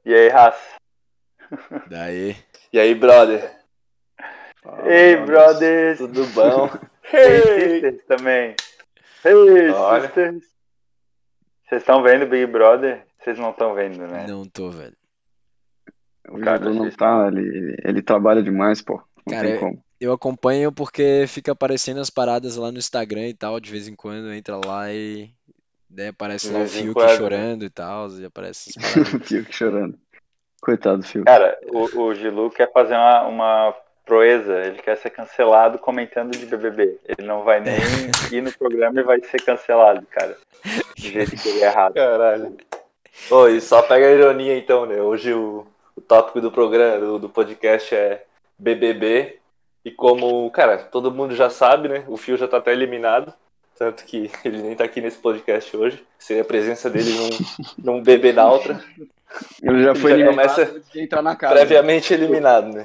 E aí, raça? Daí. E aí, brother? Ei, brothers! Tudo bom? Hey, sisters também. Hey, Olha. sisters! Vocês estão vendo Big Brother? Vocês não estão vendo, né? Não tô, velho. O Cara, Gilu não vocês- tá, ele trabalha demais, pô. Não Cara, tem como. eu acompanho porque fica aparecendo as paradas lá no Instagram e tal, de vez em quando entra lá e daí aparece De lá o vez em Fiuk quando, né? chorando e tal, e aparece essas paradas. O Fiuk chorando. Coitado do Fiuk. Cara, o Gilu quer fazer uma proeza. Ele quer ser cancelado comentando de BBB. Ele não vai nem ir no programa e vai ser cancelado, cara. Do jeito que ele é errado. Caralho. Ô, e só pega a ironia então, né? Hoje o tópico do programa, do podcast é BBB. E como, cara, todo mundo já sabe, né? O Fio já tá até eliminado. Tanto que ele nem tá aqui nesse podcast hoje. Seria a presença dele num BB na outra. Ele já foi já eliminado começa antes de entrar na casa. previamente eliminado, né?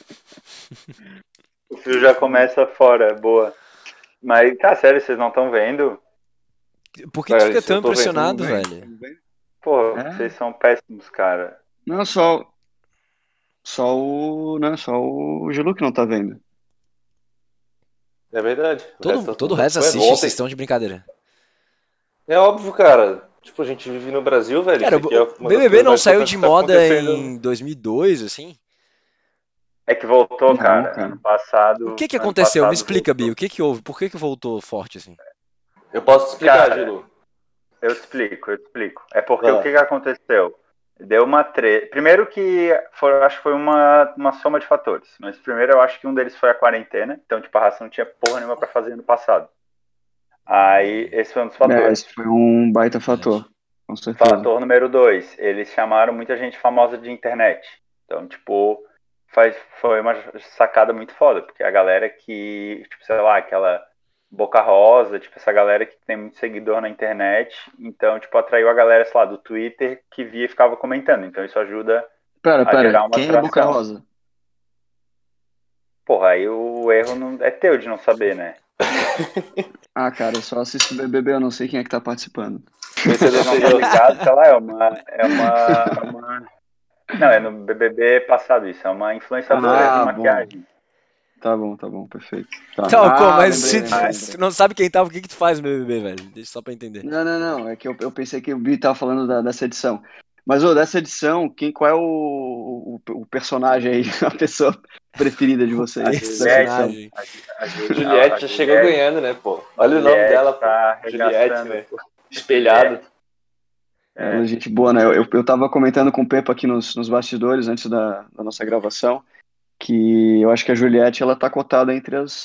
O Fio já começa fora, boa. Mas, cara, sério, vocês não estão vendo? Por que tu fica Isso tão eu tô vendo. impressionado, Vem, velho? vem. Pô, É? vocês são péssimos, cara. Não, só o Gilu que não tá vendo. É verdade. Todo o resto Foi assiste, ontem. vocês estão de brincadeira. É óbvio, cara. Tipo, a gente vive no Brasil, velho. Cara, Isso aqui é o uma das BBB coisas não mais saiu importantes de que tá moda acontecendo. em 2002, assim? É que voltou, Não, cara. cara. Ano passado. O que ano aconteceu? Me passado explica, voltou. Bi, o que houve? Por que voltou forte, assim? Eu posso te explicar, Cara, Gilu. Eu te explico. É porque Vai o lá. que aconteceu? Deu uma treta. Primeiro que acho que foi uma soma de fatores. Mas primeiro eu acho que um deles foi a quarentena. Então, tipo, a raça não tinha porra nenhuma pra fazer no passado. Aí, esse foi um dos fatores. Esse foi um baita fator. Com certeza. Fator número 2, eles chamaram muita gente famosa de internet. Então, tipo, foi uma sacada muito foda, porque a galera que, tipo, sei lá, aquela Boca Rosa, tipo, essa galera que tem muito seguidor na internet, então, tipo, atraiu a galera, sei lá, do Twitter que via e ficava comentando. Então, isso ajuda a Pera, gerar uma quem é Boca atração. Rosa? Porra, aí o erro não é teu de não saber, né? Ah, cara, eu só assisto BBB, eu não sei quem é que tá participando. Vencedor Vocês não estão anterior. ligados, sei lá, Não, é no BBB passado isso, é uma influenciadora de Ah, maquiagem. Tá bom, perfeito. Tá. Então, mas se lembrei. tu não sabe quem tava, o que que tu faz no BBB, velho? Deixa só pra entender. Não, é que eu pensei que o Bi tava falando dessa edição. Mas, dessa edição, qual é o personagem aí, a pessoa preferida de vocês? A dessa edição? Personagem. Juliette já chegou ganhando, né, pô? Olha o nome dela, pô. tá Juliette, arregaçando, né? pô. Espelhado. Ela é gente boa, né? Eu tava comentando com o Pepa aqui nos bastidores, antes da nossa gravação, que eu acho que a Juliette, ela tá cotada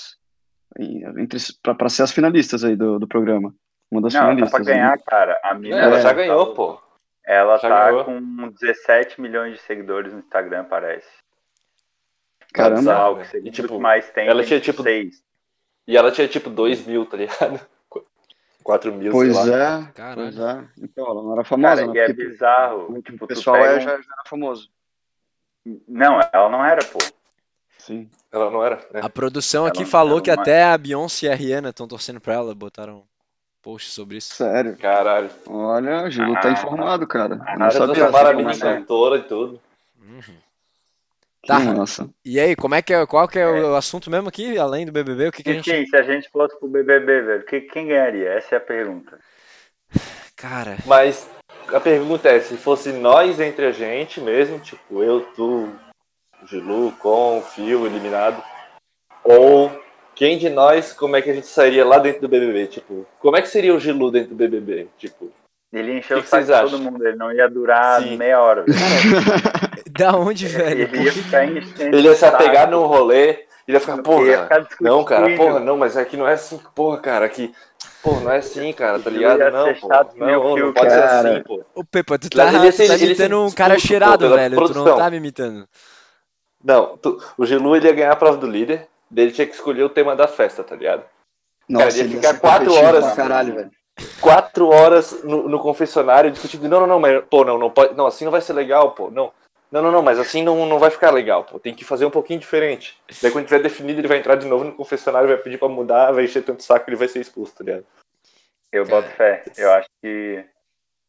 pra ser as finalistas aí do programa. Uma das Não, ela tá finalistas. pra ganhar, cara. A mina, Ela já ganhou, pô. Ela Já tá ganhou. com 17 milhões de seguidores no Instagram, parece. Caramba. Bizarro, né? que segundo E, tipo, que mais tem, ela tem tinha, tipo, 6. E ela tinha tipo 2 mil, tá ligado? 4 mil, Pois sei lá. é, Caralho. pois é. Então, ela não era famosa, Cara, né? e é Porque bizarro. o Tipo, tu pessoal pega já era famoso. Não, ela não era, pô. Sim. Ela não era, né? A produção Ela aqui não- falou ela que não é. até a Beyoncé e a Rihanna estão torcendo pra ela, botaram post sobre isso. Sério. Caralho. Olha, o Gilu tá informado, cara. Eu não Ah, Já sabia. transformaram a assim, mina mas em é. cantora e tudo. Uhum. Que Tá. massa. E aí, qual que é o assunto mesmo aqui, além do BBB? O que que a gente... Enfim, se a gente fosse pro BBB, velho, quem ganharia? Essa é a pergunta. Cara, Mas a pergunta é, se fosse nós entre a gente mesmo, tipo, eu, tu, Gilu, com, Fio, eliminado, ou quem de nós, como é que a gente sairia lá dentro do BBB? Tipo, como é que seria o Gilu dentro do BBB? Tipo, Ele ia encher o que saco vocês de todo acham? mundo, ele não ia durar Sim. meia hora, velho. da onde, velho? Ele ia ficar enchendo Ele ia o se apegar saco. num rolê, ele ia ficar, porra, Ia ficar discutindo. não, cara, porra, não, mas aqui não é assim, porra, cara, aqui, porra, não é assim, cara, tá Ele ligado? ia Não, ser pô, chato que nem o não Fiuk, pode ser cara. assim, pô. Ô, Pepa, tu Ele ia tá ser imitando um cara expulso, cheirado, pô, pela velho. Tu não produção. tá me imitando. Não, o Gilu, ele ia ganhar a prova do líder, dele tinha que escolher o tema da festa, tá ligado? Nossa, ia ele ficar ser 4 competitivo horas. pra caralho, velho. 4 horas no confessionário discutindo, não, mas, pô, não pode, não, assim não vai ser legal, pô, não, mas assim não vai ficar legal, pô, tem que fazer um pouquinho diferente. Daí quando tiver definido, ele vai entrar de novo no confessionário, vai pedir pra mudar, vai encher tanto saco, ele vai ser expulso, tá ligado? Eu boto fé. Eu acho que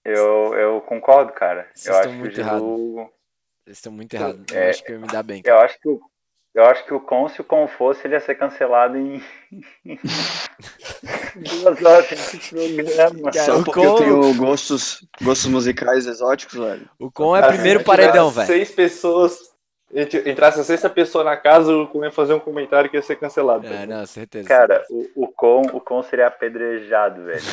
Eu concordo, cara. Vocês Eu estão acho que o muito errados. Gilu. Vocês estão muito errados. Eu É, acho que eu ia me dar bem, eu cara. acho que eu acho que o Con, se o Con fosse, ele ia ser cancelado em 2 horas de programa. Cara, Só o porque eu Con, tenho gostos musicais exóticos, velho. o Con é Cara, se primeiro paredão, tivesse velho. 6 pessoas, entrasse a sexta pessoa na casa, o Cunha ia fazer um comentário que ia ser cancelado. Tá É, ligado? não, certeza. Cara, o Con seria apedrejado, velho.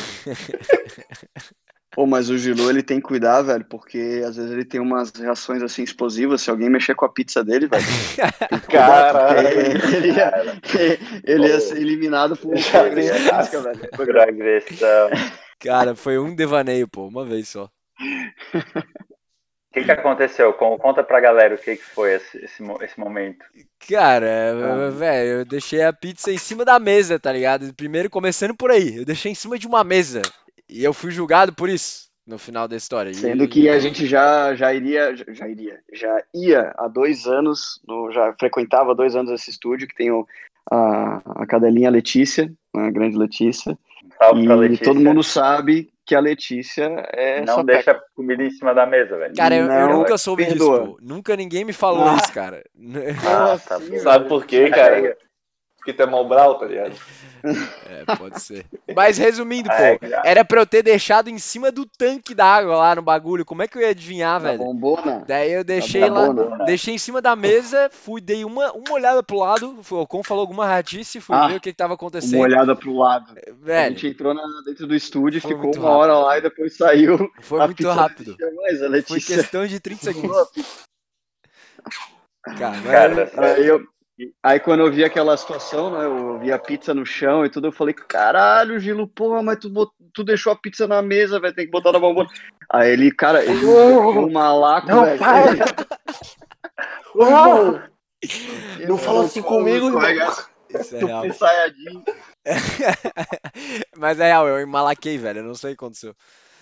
Pô, mas o Gilu, ele tem que cuidar, velho, porque às vezes ele tem umas reações assim explosivas. Se alguém mexer com a pizza dele, velho, tem que cuidar, porque Caralho. ele ia ser eliminado por Já agressão seria. física, velho. no Por programa. agressão. Cara, foi um devaneio, pô, uma vez só. O que aconteceu? Conta pra galera o que foi esse momento. Cara, velho, eu deixei a pizza em cima da mesa, tá ligado? Primeiro começando por aí, eu deixei em cima de uma mesa. E eu fui julgado por isso, no final da história. Sendo que a gente já ia há 2 anos, já frequentava há 2 anos esse estúdio, que tem a cadelinha Letícia, a grande Letícia, Salve pra e Letícia. todo mundo sabe que a Letícia é Não sapeca. deixa comida em cima da mesa, velho. Cara, eu Não nunca soube perdoa. disso, pô. Nunca ninguém me falou isso, cara. Ah, tá assim, bom. Sabe por quê, cara? Porque tu é mal brau, tá ligado? É, pode ser. Mas resumindo, Ah, pô, é que- era pra eu ter deixado em cima do tanque d'água lá no bagulho. Como é que eu ia adivinhar, Da velho? bombona. Daí eu deixei Da lá, bombona. deixei em cima da mesa, dei uma olhada pro lado, o Ocon falou alguma ratice, fui ver o que tava Uma acontecendo. olhada pro lado. A Velho, gente entrou dentro do estúdio, foi ficou muito uma hora rápido, lá cara. e depois saiu. Foi A muito pizza rápido. não existia mais, a Foi Letícia. questão de 30 segundos. Cara, Cara, Aí quando eu vi aquela situação, né, eu vi a pizza no chão e tudo, eu falei, caralho, Gilo, porra, mas tu deixou a pizza na mesa, vai ter que botar na bombona. Aí ele, cara, ele ficou um malaco, não velho. Não fala assim comigo, irmão. isso é Tu real. foi ensaiadinho. Mas é real, eu embalaquei, velho. Eu não sei o que aconteceu.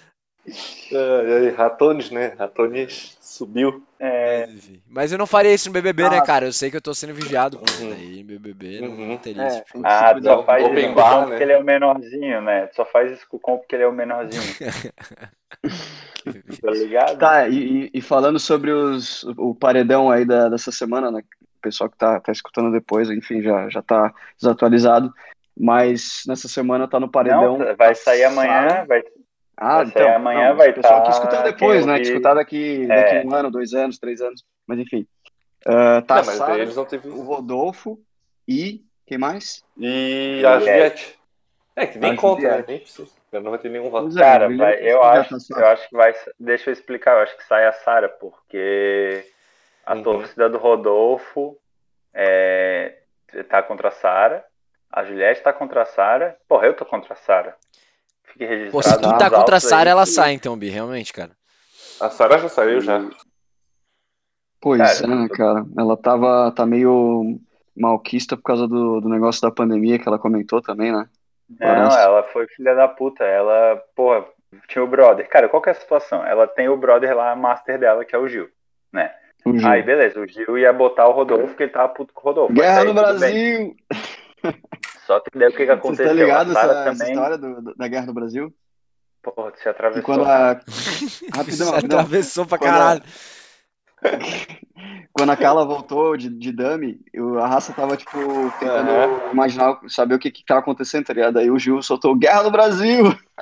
Ratones, né? Ratones subiu. Mas, enfim. Mas eu não faria isso no BBB, né, Ah. cara? Eu sei que eu tô sendo vigiado, pô. Uhum. Aí no BBB Uhum. não teria esse tipo de tem coisa. que se tu cuidar. só faz Open isso com o bar, Con né? porque ele é o menorzinho, né? Tu só faz isso com o Con porque ele é o menorzinho. Tá ligado? Tá, e falando sobre o paredão aí dessa semana, né? O pessoal que tá escutando depois, enfim, já tá desatualizado. Mas nessa semana tá no paredão. Não, vai a sair amanhã, Sara. vai Ah, sair então. amanhã, Não, vai o pessoal que estar escutar quem depois, né? Que ouvir. escutar daqui 1 ano, 2 anos, 3 anos. Mas enfim. Tá Não, a mas daí Sara, eles vão ter visto. o Rodolfo e. Quem mais? E a Juliette. Que nem A conta, né? Juliette. Nem precisa. Não vai ter nenhum voto. Pois é, Cara, Juliette, eu já acho, tá eu Sara. acho que vai. Deixa eu explicar, eu acho que sai a Sara, porque a Uhum. torcida do Rodolfo tá contra a Sara, a Juliette tá contra a Sara, porra, eu tô contra a Sara. Fique registrado. Pô, se tu nos tá contra a autos Sara, aí ela que- sai então, Bi, realmente, cara. A Sara já saiu já. Pois Cara, é, né, cara? Ela tá meio malquista por causa do negócio da pandemia que ela comentou também, né? Não, Parece. ela foi filha da puta. Ela, porra, tinha o brother. Cara, qual que é a situação? Ela tem o brother lá, master dela, que é o Gil, né? O Gil. Aí, beleza, o Gil ia botar o Rodolfo, porque ele tava puto com o Rodolfo. Guerra Até no aí, tudo bem. Brasil! Só que daí o que Vocês aconteceu? estão ligados A Sara essa também, história da Guerra no Brasil? porra, se Que atravessou. quando Isso Rapidão. atravessou pra Quando caralho. Quando a Carla voltou de dummy, a raça tava, tipo, tentando imaginar, saber o que tava acontecendo, tá ligado? Aí o Gil soltou Guerra no Brasil!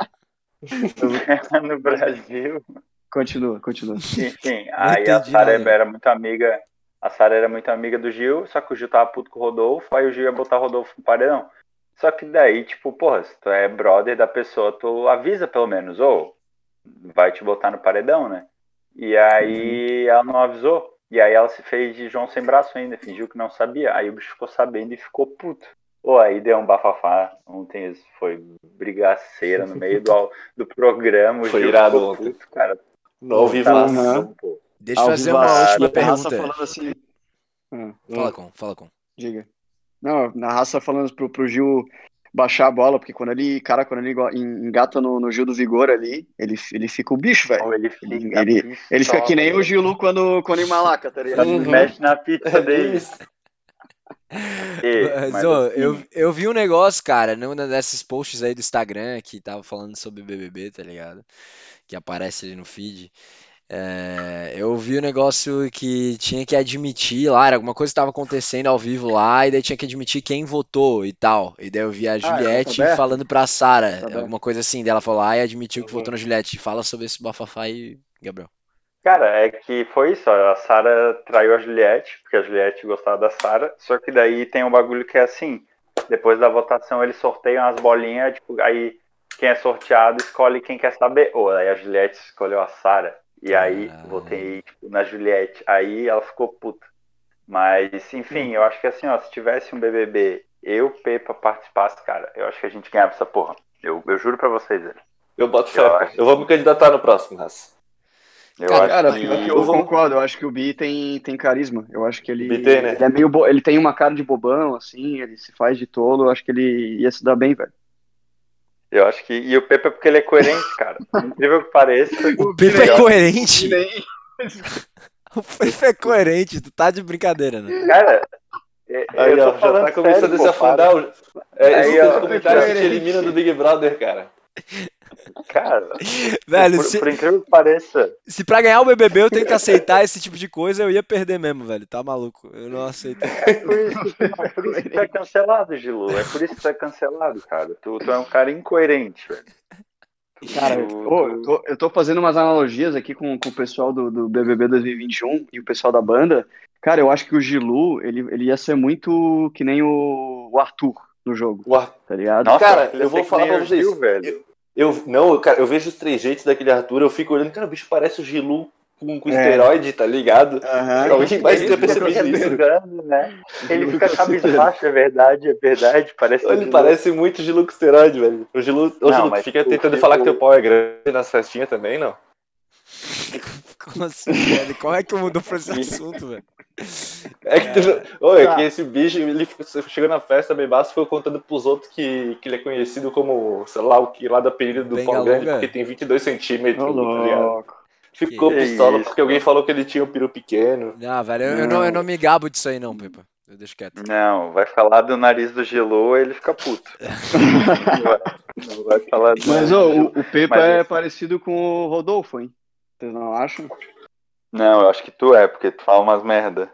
No Brasil. Continua. Enfim, Não aí a entendi Sara nada, velho. era muito amiga. A Sara era muito amiga do Gil, só que o Gil tava puto com o Rodolfo, aí o Gil ia botar o Rodolfo no paredão. Só que daí, tipo, porra, se tu é brother da pessoa, tu avisa pelo menos, ou vai te botar no paredão, né? E aí ela não avisou. E aí ela se fez de João sem braço ainda, fingiu que não sabia. Aí o bicho ficou sabendo e ficou puto. Pô, aí deu um bafafá. Ontem foi brigaceira no meio do programa. O Foi Gil irado ficou ontem. puto, cara. No ao vivaço. Aham. Pô. Deixa eu fazer uma Alvivaço. última E a raça pergunta. falando assim. Fala com. Diga. Não, na raça falando pro Gil baixar a bola, porque quando ele engata no Gil do Vigor ali, ele fica o bicho, velho. Ou ele fica Ele fica que nem o Gilu quando embalaca, tá ligado? Ele mexe na pizza dele. Mas, eu vi um negócio, cara, numa desses posts aí do Instagram que tava falando sobre BBB, tá ligado? que aparece ali no feed. Eu vi o negócio que tinha que admitir lá, era alguma coisa que estava acontecendo ao vivo lá, e daí tinha que admitir quem votou e tal. E daí eu vi a Ah, é voto Juliette aberto? falando pra Sarah, Voto aberto. alguma coisa assim, dela falou lá e admitiu que votou na Juliette. Fala sobre esse bafafá aí, Gabriel. Cara, é que foi isso, ó, a Sarah traiu a Juliette, porque a Juliette gostava da Sarah, só que daí tem um bagulho que é assim, depois da votação eles sorteiam as bolinhas, tipo, aí quem é sorteado escolhe quem quer saber. Ou aí a Juliette escolheu a Sarah, e aí votei tipo, na Juliette, aí ela ficou puta. Mas, enfim, eu acho que assim, ó, se tivesse um BBB, eu, Pepa, participasse, cara, eu acho que a gente ganhava essa porra. Eu juro pra vocês, velho. Eu boto fé, pô. Eu vou me candidatar no próximo, Raça. Eu Cara, acho pior que que... eu concordo, eu acho que o Bi tem carisma. Eu acho que ele, BT, né? ele é meio ele tem uma cara de bobão, assim, ele se faz de tolo, eu acho que ele ia se dar bem, velho. Eu acho que... E o Pepa é porque ele é coerente, cara. Incrível que pareça. O Pepa é coerente? Nem- O Pepa é coerente, tu tá de brincadeira, né? Cara, Aí, eu tô ó, já falando tá começando sério, a se pô, afundar. para. Esse Aí, tipo de ó, comentário que te coerente. elimina do Big Brother, cara. Cara, Velho, por incrível que pareça, se pra ganhar o BBB eu tenho que aceitar esse tipo de coisa, eu ia perder mesmo, velho. Tá maluco? Eu não aceito. é por isso que tu é cancelado, Gilu. É por isso que tu é cancelado, cara. Tu é um cara incoerente, velho. Cara, eu tô fazendo umas analogias aqui com o pessoal do BBB 2021 e o pessoal da banda. Cara, eu acho que o Gilu, ele ia ser muito que nem o Arthur no jogo, tá ligado? Nossa, Cara, ele ia eu vou ser que falar nem pra o vocês. Gil, velho. Cara, eu vejo os trejeitos daquele Arthur, eu fico olhando, cara, o bicho parece o Gilu com É. esteroide, tá ligado? Aham. Alguém mais Ele ter fica percebido isso. pisando, né? Ele fica cabisbaixo, é verdade. Parece Ele o Gilu. parece muito Gilu com esteroide, velho. O Gilu, tu mas fica o tentando Gil- falar que teu pau é grande nas festinhas também, não? Como assim, velho? Como é que mudou pra esse assunto, velho? É que, que esse bicho, ele chega na festa, bebaço, foi contando pros outros que ele é conhecido como, sei lá, o que lá da período do Benga pau grande, longa? porque tem 22 centímetros, Ô, tá ligado? louco. Ficou Que pistola isso, porque alguém falou que ele tinha um peru pequeno. Não, velho, eu não me gabo disso aí não, Pepa. Eu deixo quieto. Não, vai falar do nariz do Gilu, ele fica puto. Não vai falar do Mas nariz do o Gilu. Pepa Mas é esse- parecido com o Rodolfo, hein? Vocês não acham? Não, eu acho que tu é, porque tu fala umas merda.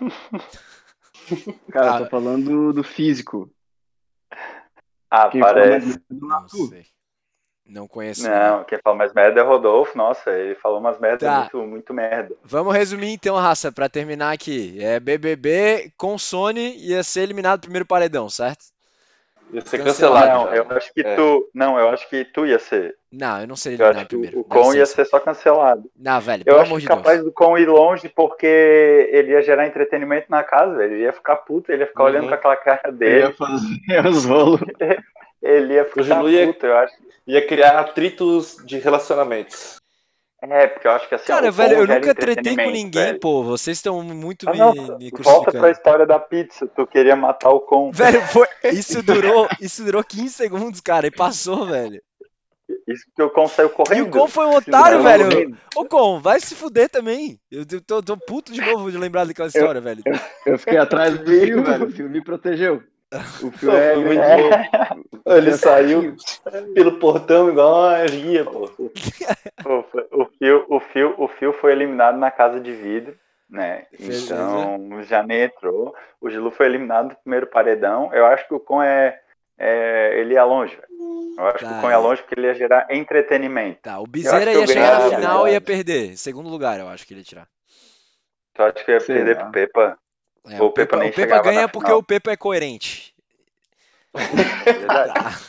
Cara, eu tô falando do físico. Ah, Quem fala parece. mais do Não Arthur. sei. Não conheço ninguém. Não, quem fala mais merda é o Rodolfo. Nossa, ele falou umas merda Tá. muito, muito merda. Vamos resumir então, raça, pra terminar aqui. BBB com Sony ia ser eliminado no primeiro paredão, certo? Ia ser Cancelado. cancelado. Não, já. eu acho que tu. Não, eu acho que tu ia ser. Não, eu não seria Eu eliminado acho que primeiro. o Dá Con ia licença. ser só cancelado. Não, velho, Eu pelo acho amor de capaz Deus. do Con ir longe porque ele ia gerar entretenimento na casa, velho. Ele ia ficar puto, ele ia ficar olhando com aquela cara Eu dele. ia fazer os rolos. Ele ia O ficar Gilu ia- puto, eu acho. Ia criar atritos de relacionamentos. É, porque eu acho que assim. Cara, o velho, Con eu gera nunca tretei com entretenimento, ninguém, velho. pô. Vocês estão muito Ah, me não, volta crucificando. pra história da pizza. Tu queria matar o Con. Velho, isso durou 15 segundos, cara, e passou, velho. Isso que o Con saiu E correndo. o Con foi um otário, Não, velho. correndo. Ô, Con, vai se fuder também. Eu tô puto de novo de lembrar daquela história, velho. Eu fiquei atrás do fio, velho. O fio me protegeu. O fio é. Foi muito bom. Ele saiu pelo portão igual uma guia, pô. O Fio foi eliminado na casa de vidro, né? Beleza. Então já nem entrou. O Gilu foi eliminado no primeiro paredão. Eu acho que o Con ele ia longe, velho. Eu acho que o Con ia longe porque ele ia gerar entretenimento. Tá, o Eu Bizeira acho que eu ia chegar na ganhava, final e ia verdade. perder. Segundo lugar, eu acho que ele ia tirar. Tu acha que eu ia Sei perder lá. pro Pepa? É, Ou o o Pepa nem Pepa chegava ganha na porque final? o Pepa é coerente. Verdade. Tá.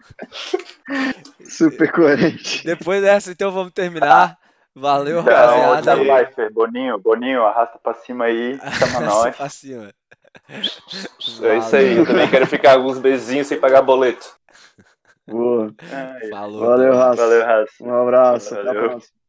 Super coerente. Depois dessa, então vamos terminar. Valeu, Então, rapaziada. vai, Fer. Boninho, arrasta pra cima aí, chama nós. Pra cima. É isso aí. Eu também quero ficar alguns beijinhos sem pagar boleto. Boa. Ai, Falou. Valeu, até mais. Raça. Valeu, Raça. Um abraço. Até a Valeu. próxima.